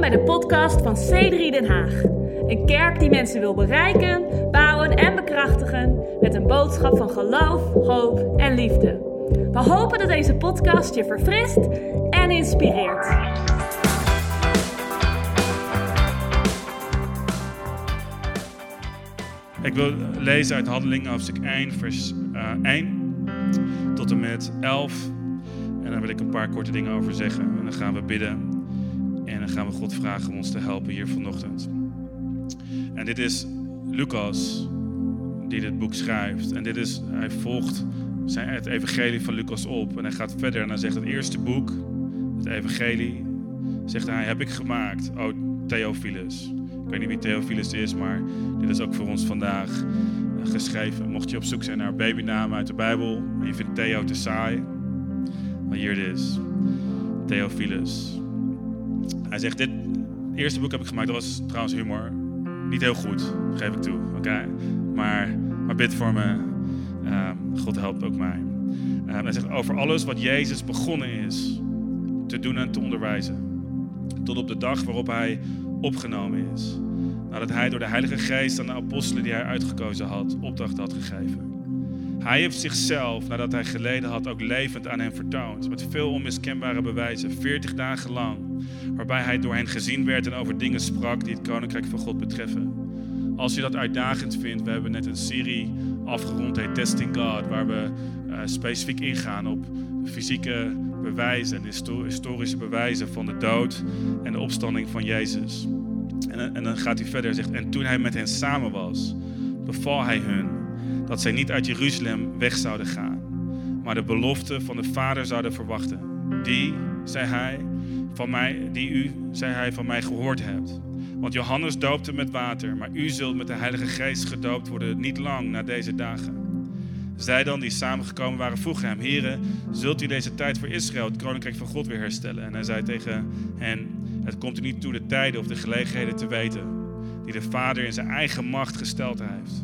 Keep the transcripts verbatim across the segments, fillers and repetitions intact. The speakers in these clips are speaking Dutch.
bij de podcast van C drie Den Haag. Een kerk die mensen wil bereiken, bouwen en bekrachtigen met een boodschap van geloof, hoop en liefde. We hopen dat deze podcast je verfrist en inspireert. Ik wil lezen uit Handelingen hoofdstuk één, vers uh, één tot en met elf. En daar wil ik een paar korte dingen over zeggen. En dan gaan we bidden. En dan gaan we God vragen om ons te helpen hier vanochtend. En dit is Lucas die dit boek schrijft. En dit is, hij volgt zijn, het evangelie van Lucas op. En hij gaat verder en hij zegt het eerste boek, het evangelie, zegt hij, heb ik gemaakt, o Theophilus. Ik weet niet wie Theophilus is, maar dit is ook voor ons vandaag geschreven. Mocht je op zoek zijn naar babynamen uit de Bijbel en je vindt Theo te saai, maar hier het is. Theophilus. Hij zegt, dit eerste boek heb ik gemaakt, dat was trouwens humor. Niet heel goed, geef ik toe, oké? Okay? Maar, maar bid voor me. Uh, God helpt ook mij. Uh, hij zegt, over alles wat Jezus begonnen is te doen en te onderwijzen. Tot op de dag waarop hij opgenomen is. Nadat hij door de Heilige Geest aan de apostelen die hij uitgekozen had, opdracht had gegeven. Hij heeft zichzelf, nadat hij geleden had, ook levend aan hen vertoond. Met veel onmiskenbare bewijzen, veertig dagen lang. Waarbij hij door hen gezien werd en over dingen sprak die het Koninkrijk van God betreffen. Als je dat uitdagend vindt, we hebben net een serie afgerond, heet Testing God. Waar we uh, specifiek ingaan op fysieke bewijzen en historische bewijzen van de dood en de opstanding van Jezus. En, en dan gaat hij verder en zegt, en toen hij met hen samen was, beval hij hun dat zij niet uit Jeruzalem weg zouden gaan, maar de belofte van de Vader zouden verwachten. Die, zei hij, van mij, die u, zei hij, van mij gehoord hebt. Want Johannes doopte met water, maar u zult met de Heilige Geest gedoopt worden niet lang na deze dagen. Zij dan, die samengekomen waren, vroegen hem, Here, zult u deze tijd voor Israël, het Koninkrijk van God, weer herstellen? En hij zei tegen hen, het komt u niet toe de tijden of de gelegenheden te weten, die de Vader in zijn eigen macht gesteld heeft.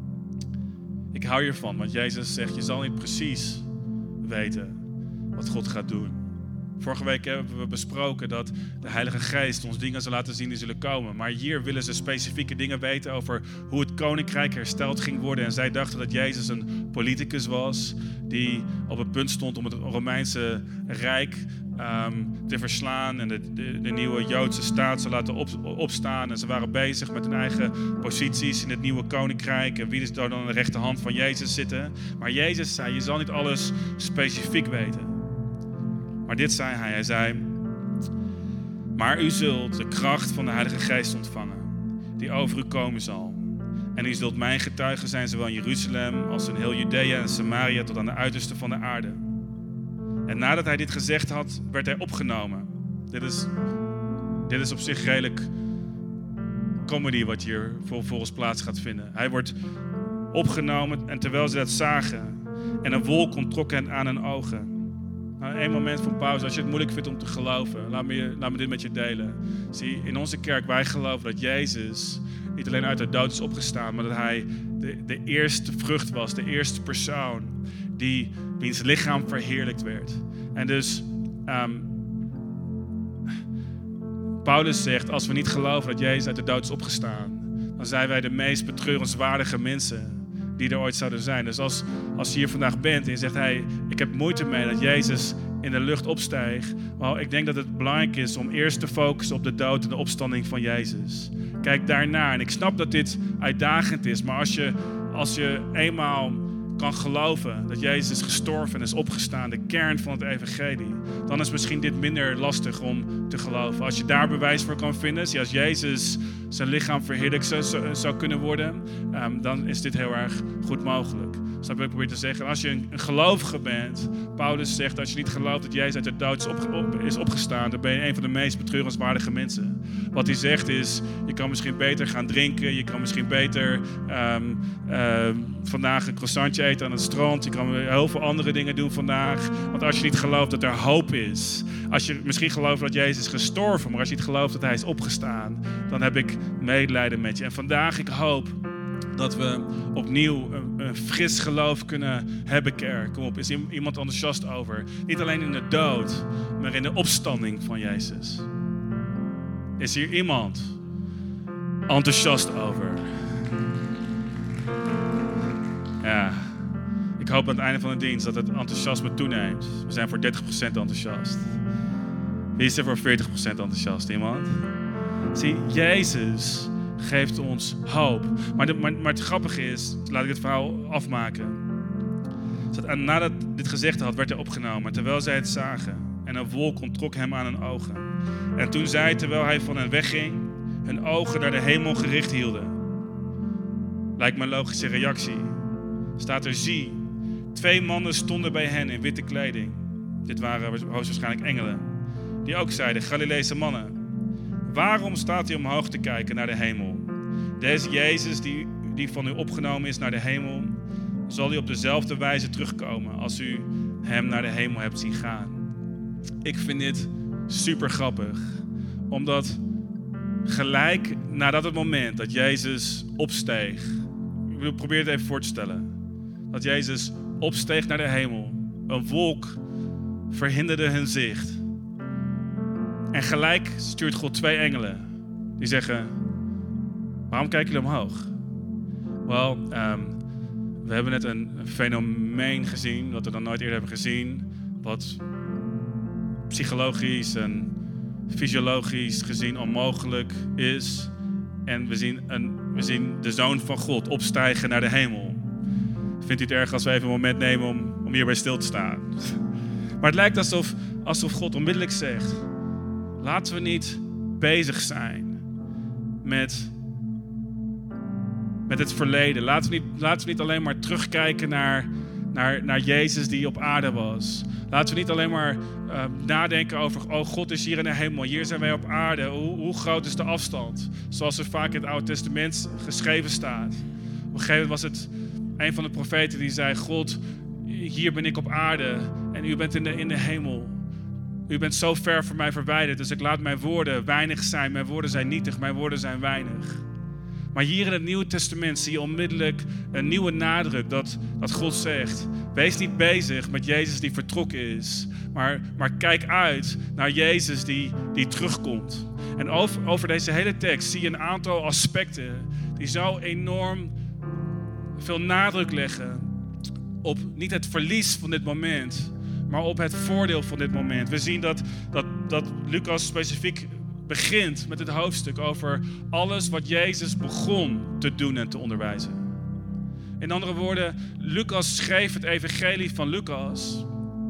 Ik hou hiervan, want Jezus zegt, je zal niet precies weten wat God gaat doen. Vorige week hebben we besproken dat de Heilige Geest ons dingen zal laten zien die zullen komen. Maar hier willen ze specifieke dingen weten over hoe het koninkrijk hersteld ging worden. En zij dachten dat Jezus een politicus was die op het punt stond om het Romeinse Rijk um, te verslaan. En de, de, de nieuwe Joodse staat zou laten op, opstaan. En ze waren bezig met hun eigen posities in het nieuwe koninkrijk. En wie is daar dan aan de rechterhand van Jezus zitten. Maar Jezus zei, je zal niet alles specifiek weten. Maar dit zei hij, hij zei, maar u zult de kracht van de Heilige Geest ontvangen, die over u komen zal. En u zult mijn getuige zijn, zowel in Jeruzalem als in heel Judea en Samaria tot aan de uiterste van de aarde. En nadat hij dit gezegd had, werd hij opgenomen. Dit is, dit is op zich redelijk comedy wat hier volgens plaats gaat vinden. Hij wordt opgenomen en terwijl ze dat zagen en een wolk onttrok hen aan hun ogen. Nou, één moment van pauze. Als je het moeilijk vindt om te geloven, laat me, laat me dit met je delen. Zie, in onze kerk, wij geloven dat Jezus niet alleen uit de dood is opgestaan, maar dat hij de, de eerste vrucht was, de eerste persoon die wiens lichaam verheerlijkt werd. En dus, um, Paulus zegt, als we niet geloven dat Jezus uit de dood is opgestaan, dan zijn wij de meest betreurenswaardige mensen die er ooit zouden zijn. Dus als, als je hier vandaag bent en je zegt, hey, ik heb moeite mee dat Jezus in de lucht opstijgt. Maar ik denk dat het belangrijk is om eerst te focussen op de dood en de opstanding van Jezus. Kijk daarnaar. En ik snap dat dit uitdagend is, maar als je, als je eenmaal kan geloven dat Jezus is gestorven en is opgestaan, de kern van het evangelie, dan is misschien dit minder lastig om te geloven. Als je daar bewijs voor kan vinden, zie als Jezus zijn lichaam verheerlijkt zou, zou, zou kunnen worden, um, dan is dit heel erg goed mogelijk. Snap je wat ik probeer te zeggen? Als je een, een gelovige bent, Paulus zegt, als je niet gelooft dat Jezus uit de dood is, op, op, is opgestaan, dan ben je een van de meest betreurenswaardige mensen. Wat hij zegt is, je kan misschien beter gaan drinken, je kan misschien beter um, uh, vandaag een croissantje eten aan het strand, je kan heel veel andere dingen doen vandaag. Want als je niet gelooft dat er hoop is, als je misschien gelooft dat Jezus is gestorven, maar als je niet gelooft dat hij is opgestaan, dan heb ik medelijden met je. En vandaag, ik hoop dat we opnieuw een, een fris geloof kunnen hebben, kerk. Kom op, is iemand enthousiast over? Niet alleen in de dood, maar in de opstanding van Jezus. Is hier iemand enthousiast over? Ja, ik hoop aan het einde van de dienst dat het enthousiasme toeneemt. We zijn voor dertig procent enthousiast. Wie is er voor veertig procent enthousiast? Iemand? Zie, Jezus geeft ons hoop. Maar, de, maar, maar het grappige is, laat ik het verhaal afmaken. En nadat dit gezegd had, werd hij opgenomen, terwijl zij het zagen. En een wolk onttrok hem aan hun ogen. En toen zij, terwijl hij van hen wegging, hun ogen naar de hemel gericht hielden. Lijkt me een logische reactie. Staat er, zie, twee mannen stonden bij hen in witte kleding. Dit waren hoogstwaarschijnlijk engelen. Die ook zeiden, Galileese mannen, waarom staat u omhoog te kijken naar de hemel? Deze Jezus die, die van u opgenomen is naar de hemel, zal u op dezelfde wijze terugkomen als u hem naar de hemel hebt zien gaan. Ik vind dit super grappig, omdat gelijk nadat het moment dat Jezus opsteeg, ik probeer het even voor te stellen, dat Jezus opsteeg naar de hemel, een wolk verhinderde hun zicht. En gelijk stuurt God twee engelen die zeggen, waarom kijken jullie omhoog? Wel, um, we hebben net een, een fenomeen gezien, wat we dan nooit eerder hebben gezien, wat psychologisch en fysiologisch gezien onmogelijk is. En we zien, een, we zien de Zoon van God opstijgen naar de hemel. Vindt u het erg als we even een moment nemen om, om hierbij stil te staan? Maar het lijkt alsof, alsof God onmiddellijk zegt, laten we niet bezig zijn met, met het verleden. Laten we, niet, laten we niet alleen maar terugkijken naar, naar, naar Jezus die op aarde was. Laten we niet alleen maar uh, nadenken over, oh, God is hier in de hemel, hier zijn wij op aarde. Hoe, hoe groot is de afstand? Zoals er vaak in het Oude Testament geschreven staat. Op een gegeven moment was het een van de profeten die zei, God, hier ben ik op aarde en u bent in de, in de hemel. U bent zo ver van mij verwijderd, dus ik laat mijn woorden weinig zijn. Mijn woorden zijn nietig, mijn woorden zijn weinig. Maar hier in het Nieuwe Testament zie je onmiddellijk een nieuwe nadruk dat, dat God zegt, wees niet bezig met Jezus die vertrokken is, maar, maar kijk uit naar Jezus die, die terugkomt. En over, over deze hele tekst zie je een aantal aspecten die zo enorm veel nadruk leggen op niet het verlies van dit moment, maar op het voordeel van dit moment. We zien dat, dat, dat Lucas specifiek begint met het hoofdstuk over alles wat Jezus begon te doen en te onderwijzen. In andere woorden, Lucas schreef het evangelie van Lucas.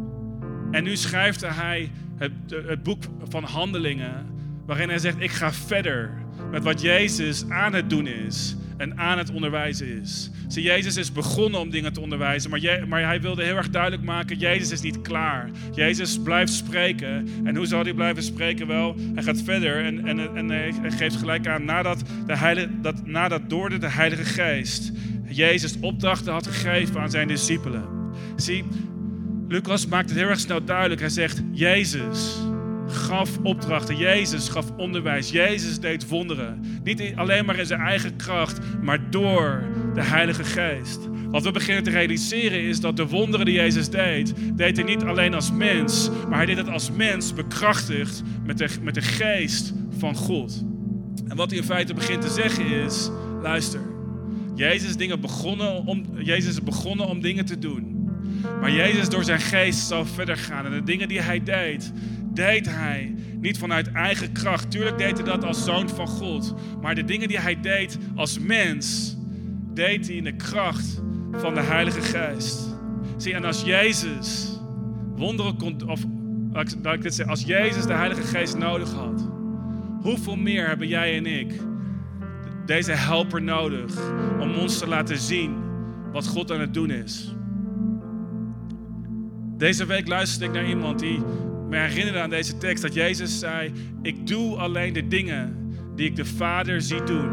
En nu schrijft hij het, het boek van Handelingen, waarin hij zegt, ik ga verder met wat Jezus aan het doen is en aan het onderwijzen is. Zie, Jezus is begonnen om dingen te onderwijzen, maar, je, maar hij wilde heel erg duidelijk maken, Jezus is niet klaar. Jezus blijft spreken. En hoe zal hij blijven spreken? Wel, hij gaat verder en, en, en hij geeft gelijk aan, nadat, de heilige, dat, nadat door de Heilige Geest Jezus opdrachten had gegeven aan zijn discipelen. Zie, Lucas maakt het heel erg snel duidelijk. Hij zegt, Jezus gaf opdrachten. Jezus gaf onderwijs. Jezus deed wonderen. Niet alleen maar in zijn eigen kracht, maar door de Heilige Geest. Wat we beginnen te realiseren is dat de wonderen die Jezus deed, deed hij niet alleen als mens, maar hij deed het als mens bekrachtigd met de, met de geest van God. En wat hij in feite begint te zeggen is, luister, Jezus, dingen begonnen om, Jezus is begonnen om dingen te doen. Maar Jezus door zijn geest zal verder gaan. En de dingen die hij deed, deed hij niet vanuit eigen kracht. Tuurlijk deed hij dat als zoon van God. Maar de dingen die hij deed als mens, deed hij in de kracht van de Heilige Geest. Zie, en als Jezus wonderen kon, of laat ik dit zeggen, als Jezus de Heilige Geest nodig had, hoeveel meer hebben jij en ik deze helper nodig om ons te laten zien wat God aan het doen is. Deze week luisterde ik naar iemand die me herinnerde aan deze tekst, dat Jezus zei, ik doe alleen de dingen die ik de Vader zie doen.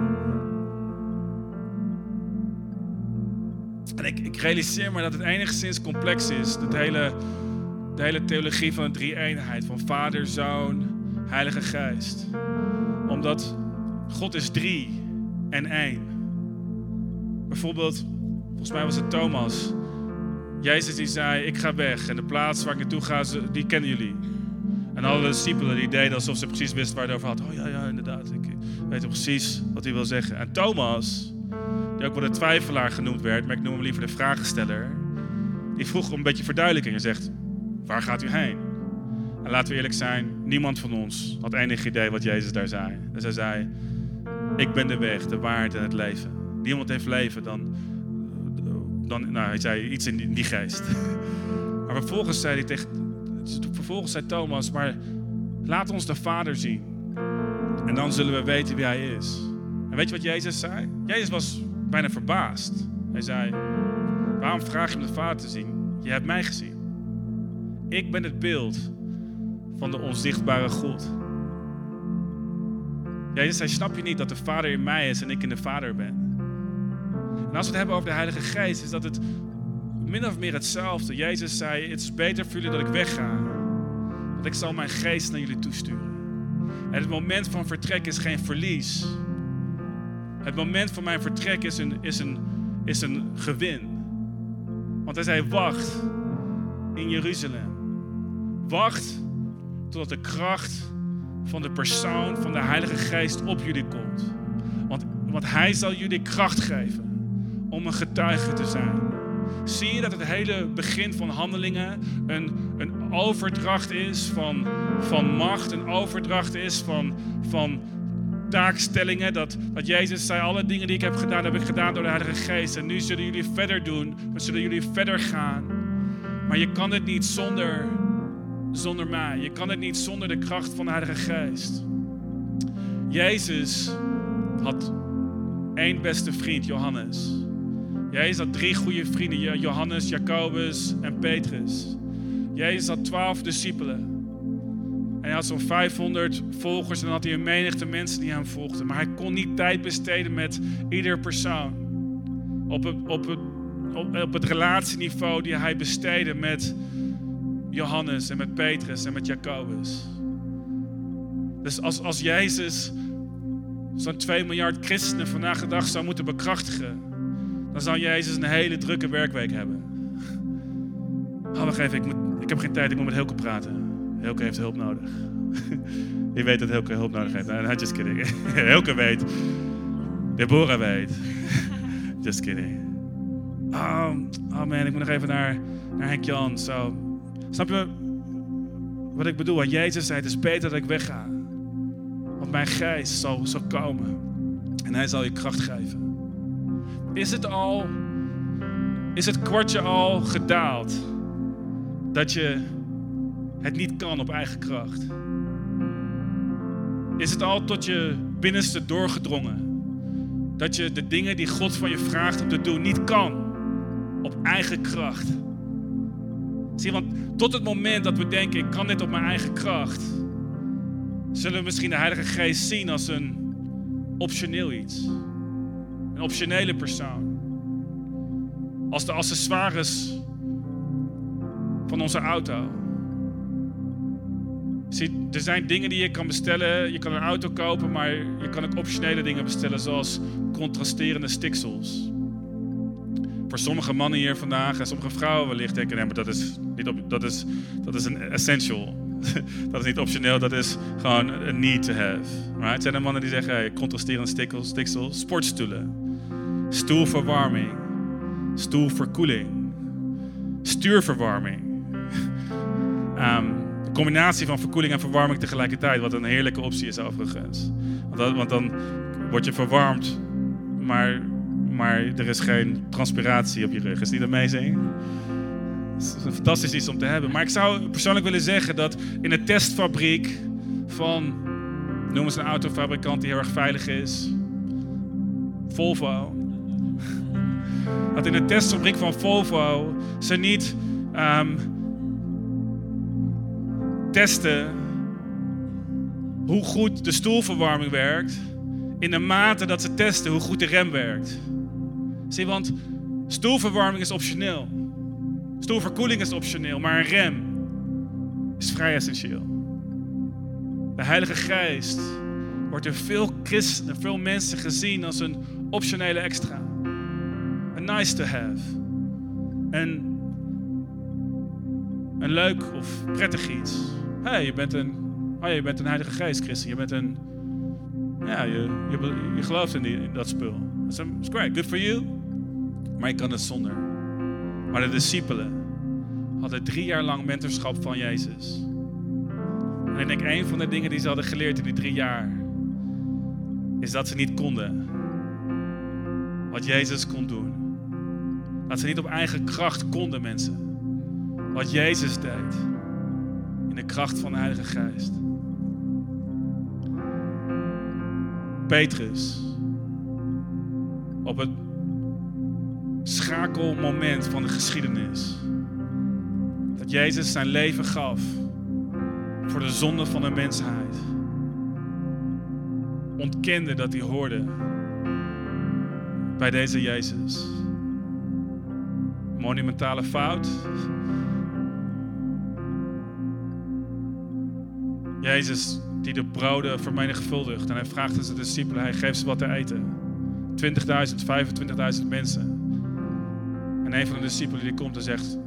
En ik, ik realiseer me dat het enigszins complex is, de hele, de hele theologie van de drie-eenheid, van Vader, Zoon, Heilige Geest. Omdat God is drie en één. Bijvoorbeeld, volgens mij was het Thomas. Jezus die zei, ik ga weg en de plaats waar ik naartoe ga, die kennen jullie. En alle discipelen die deden alsof ze precies wisten waar hij het over had. Oh ja, ja, inderdaad. Ik weet precies wat hij wil zeggen. En Thomas, die ook wel de twijfelaar genoemd werd, maar ik noem hem liever de vragensteller. Die vroeg om een beetje verduidelijking en zegt, waar gaat u heen? En laten we eerlijk zijn, niemand van ons had enig idee wat Jezus daar zei. Dus hij zei, ik ben de weg, de waarheid en het leven. Niemand heeft leven dan, dan nou, hij zei iets in die, in die geest. Maar vervolgens zei hij tegen, vervolgens zei Thomas, maar laat ons de Vader zien. En dan zullen we weten wie hij is. En weet je wat Jezus zei? Jezus was bijna verbaasd. Hij zei, waarom vraag je om de Vader te zien? Je hebt mij gezien. Ik ben het beeld van de onzichtbare God. Jezus zei, snap je niet dat de Vader in mij is en ik in de Vader ben? En als we het hebben over de Heilige Geest, is dat het min of meer hetzelfde. Jezus zei, het is beter voor jullie dat ik wegga. Want ik zal mijn geest naar jullie toesturen. En het moment van vertrek is geen verlies. Het moment van mijn vertrek is een, is een, is een gewin. Want hij zei, wacht in Jeruzalem. Wacht totdat de kracht van de persoon van de Heilige Geest op jullie komt. Want, want hij zal jullie kracht geven om een getuige te zijn. Zie je dat het hele begin van Handelingen een, een overdracht is van, van macht, een overdracht is van, van taakstellingen. Dat, dat Jezus zei, alle dingen die ik heb gedaan, heb ik gedaan door de Heilige Geest. En nu zullen jullie verder doen, dan zullen jullie verder gaan. Maar je kan het niet zonder, zonder mij. Je kan het niet zonder de kracht van de Heilige Geest. Jezus had één beste vriend, Johannes. Jezus had drie goede vrienden, Johannes, Jacobus en Petrus. Jezus had twaalf discipelen. En hij had zo'n vijfhonderd volgers en dan had hij een menigte mensen die hem volgden. Maar hij kon niet tijd besteden met ieder persoon. Op het, op het, op, op het relatieniveau die hij besteedde met Johannes en met Petrus en met Jacobus. Dus als, als Jezus zo'n twee miljard christenen vandaag de dag zou moeten bekrachtigen, dan zou Jezus een hele drukke werkweek hebben. Oh, wacht even, ik, moet, ik heb geen tijd, ik moet met Hilke praten. Hilke heeft hulp nodig. Je weet dat Hilke hulp nodig heeft. No, just kidding. Hilke weet. Deborah weet. Just kidding. Oh, oh man, ik moet nog even naar, naar Henk Jan. So. Snap je wat ik bedoel? Want Jezus zei, het is beter dat ik wegga. Want mijn geest zal, zal komen. En hij zal je kracht geven. Is het al, is het kwartje al gedaald dat je het niet kan op eigen kracht? Is het al tot je binnenste doorgedrongen dat je de dingen die God van je vraagt om te doen niet kan op eigen kracht? Zie je, want tot het moment dat we denken, ik kan dit op mijn eigen kracht, zullen we misschien de Heilige Geest zien als een optioneel iets. Een optionele persoon. Als de accessoires van onze auto. Zie, er zijn dingen die je kan bestellen. Je kan een auto kopen, maar je kan ook optionele dingen bestellen, zoals contrasterende stiksels. Voor sommige mannen hier vandaag en sommige vrouwen wellicht denken, nee, maar dat is, niet op, dat is, dat is een essential. Dat is niet optioneel, dat is gewoon een need to have. Right? Het zijn er mannen die zeggen, hey, contrasterende stiksels, stiksels, sportstoelen, stoelverwarming, stoelverkoeling, stuurverwarming. Um, de combinatie van verkoeling en verwarming tegelijkertijd, wat een heerlijke optie is overigens. Want, dat, want dan word je verwarmd, maar, maar er is geen transpiratie op je rug. Is die amazing? Het is een fantastisch iets om te hebben. Maar ik zou persoonlijk willen zeggen dat in de testfabriek van, noem eens een autofabrikant die heel erg veilig is, Volvo. Dat in de testfabriek van Volvo ze niet um, testen hoe goed de stoelverwarming werkt, in de mate dat ze testen hoe goed de rem werkt. Zie, want stoelverwarming is optioneel. Stoelverkoeling is optioneel, maar een rem is vrij essentieel. De Heilige Geest wordt door veel christenen, veel mensen gezien als een optionele extra. Een nice to have. Een, een leuk of prettig iets. Hé, hey, je bent een, oh ja, je bent een Heilige Geest, christen. Je bent een, ja, je, je, je gelooft in, die, in dat spul. Dat is great, good for you. Maar je kan het zonder. Maar de discipelen hadden drie jaar lang mentorschap van Jezus. En ik denk, een van de dingen die ze hadden geleerd in die drie jaar, is dat ze niet konden wat Jezus kon doen. Dat ze niet op eigen kracht konden, mensen. Wat Jezus deed. In de kracht van de Heilige Geest. Petrus. Op het schakelmoment van de geschiedenis. Dat Jezus zijn leven gaf. Voor de zonde van de mensheid. Ontkende dat hij hoorde. Bij deze Jezus. Monumentale fout. Jezus die de broden vermenigvuldigt. En hij vraagt aan zijn discipelen, hij geeft ze wat te eten. twintigduizend, vijfentwintigduizend mensen. En een van de discipelen die komt en zegt...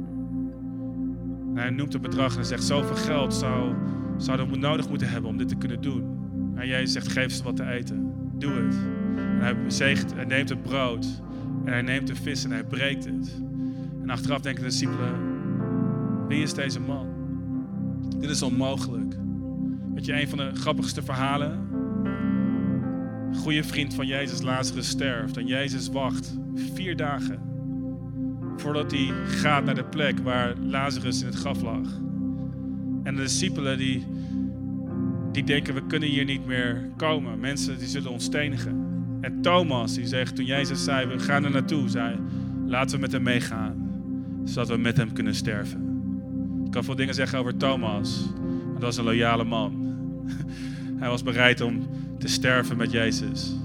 En hij noemt het bedrag en hij zegt, zoveel geld zou, zouden we nodig moeten hebben om dit te kunnen doen. En Jezus zegt, geef ze wat te eten. Doe het. En hij zegt, hij neemt het brood. En hij neemt de vis en hij breekt het. En achteraf denken de discipelen, wie is deze man? Dit is onmogelijk. Weet je, een van de grappigste verhalen. Een goede vriend van Jezus, Lazarus, sterft. En Jezus wacht vier dagen voordat hij gaat naar de plek waar Lazarus in het graf lag. En de discipelen die, die denken, we kunnen hier niet meer komen. Mensen die zullen ons stenigen. En Thomas die zegt, toen Jezus zei, we gaan er naartoe, zei, laten we met hem meegaan. Zodat we met hem kunnen sterven. Ik kan veel dingen zeggen over Thomas. Maar dat was een loyale man. Hij was bereid om te sterven met Jezus.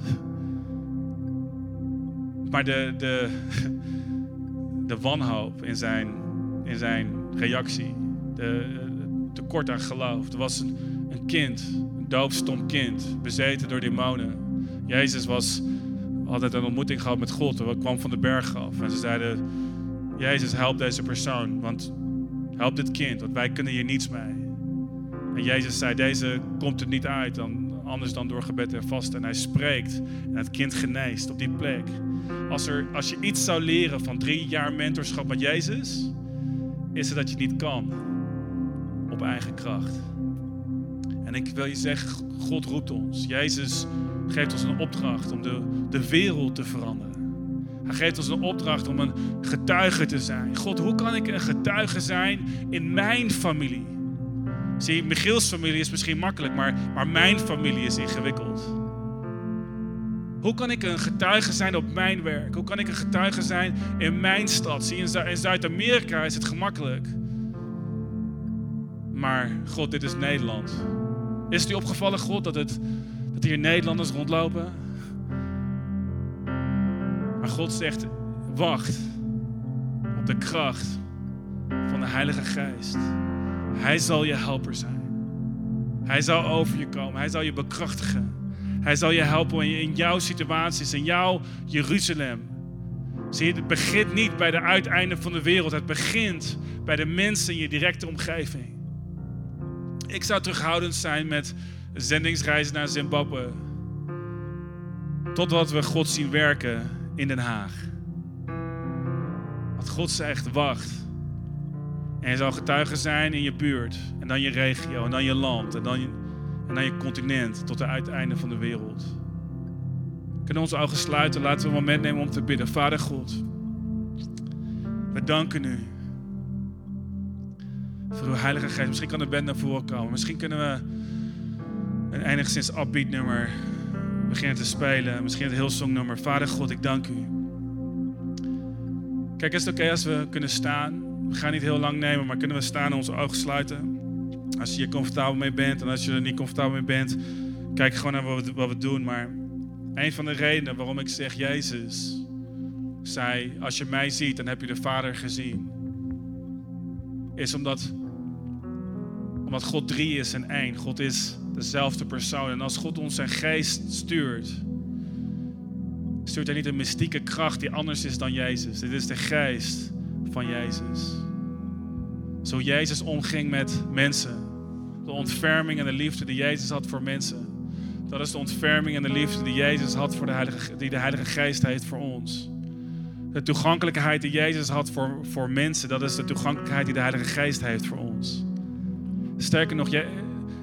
Maar de, de, de wanhoop in zijn, in zijn reactie. De, de tekort aan geloof. Er was een, een kind, een doofstom kind, bezeten door demonen. Jezus was, had net een ontmoeting gehad met God. Hij kwam van de berg af. En ze zeiden, Jezus, help deze persoon. Want help dit kind, want wij kunnen hier niets mee. En Jezus zei, deze komt het niet uit, dan, anders dan door gebed en vasten. En hij spreekt en het kind geneest op die plek. Als, er, als je iets zou leren van drie jaar mentorschap met Jezus, is het dat je het niet kan op eigen kracht. En ik wil je zeggen, God roept ons. Jezus geeft ons een opdracht om de, de wereld te veranderen. Hij geeft ons een opdracht om een getuige te zijn. God, hoe kan ik een getuige zijn in mijn familie? Zie, Michiels familie is misschien makkelijk, maar, maar mijn familie is ingewikkeld. Hoe kan ik een getuige zijn op mijn werk? Hoe kan ik een getuige zijn in mijn stad? Zie, in, Zu- in Zuid-Amerika is het gemakkelijk. Maar God, dit is Nederland. Is het u opgevallen, God, dat, het, dat hier Nederlanders rondlopen? Maar God zegt, wacht op de kracht van de Heilige Geest. Hij zal je helper zijn. Hij zal over je komen. Hij zal je bekrachtigen. Hij zal je helpen in jouw situaties, in jouw Jeruzalem. Zie je, het begint niet bij de uiteinden van de wereld. Het begint bij de mensen in je directe omgeving. Ik zou terughoudend zijn met zendingsreizen naar Zimbabwe. Totdat we God zien werken in Den Haag. Want God zegt, wacht. En je zal getuige zijn in je buurt. En dan je regio. En dan je land. En dan je, en dan je continent. Tot de uiteinde van de wereld. We kunnen onze ogen sluiten. Laten we een moment nemen om te bidden. Vader God. We danken u. Voor uw Heilige Geest. Misschien kan de band naar voren komen. Misschien kunnen we een enigszins upbeat nummer beginnen te spelen. Misschien het Hillsong-nummer. Vader God, ik dank u. Kijk, is het oké als we kunnen staan? We gaan niet heel lang nemen, maar kunnen we staan en onze ogen sluiten? Als je hier comfortabel mee bent en als je er niet comfortabel mee bent, kijk gewoon naar wat we, wat we doen. Maar een van de redenen waarom ik zeg, Jezus zei, als je mij ziet, dan heb je de Vader gezien. Is omdat, omdat God drie is en één. God is dezelfde persoon. En als God ons zijn geest stuurt, stuurt hij niet een mystieke kracht die anders is dan Jezus. Dit is de geest van Jezus. Zo Jezus omging met mensen. de ontferming en de liefde die Jezus had voor mensen. Dat is de ontferming en de liefde die Jezus had voor de Heilige, die de Heilige Geest heeft voor ons. De toegankelijkheid die Jezus had voor, voor mensen, dat is de toegankelijkheid die de Heilige Geest heeft voor ons. Sterker nog, je,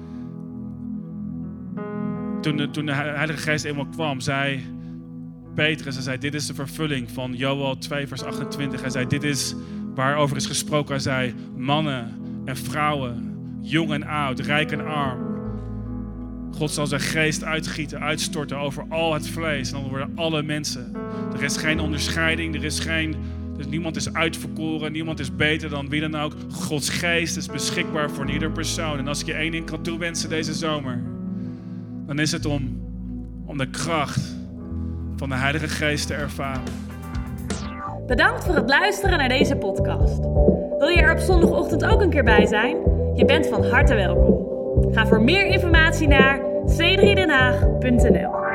toen, de, toen de Heilige Geest eenmaal kwam, zei Petrus, hij zei, dit is de vervulling van Joël twee vers achtentwintig. Hij zei, dit is waarover is gesproken. Hij zei, mannen en vrouwen, jong en oud, rijk en arm. God zal zijn geest uitgieten, uitstorten over al het vlees. En dan worden alle mensen. Er is geen onderscheiding, er is geen... Dus niemand is uitverkoren, niemand is beter dan wie dan ook. Gods geest is beschikbaar voor ieder persoon. En als ik je één ding kan toewensen deze zomer, dan is het om, om de kracht van de Heilige Geest te ervaren. Bedankt voor het luisteren naar deze podcast. Wil je er op zondagochtend ook een keer bij zijn? Je bent van harte welkom. Ga voor meer informatie naar c drie den haag punt n l.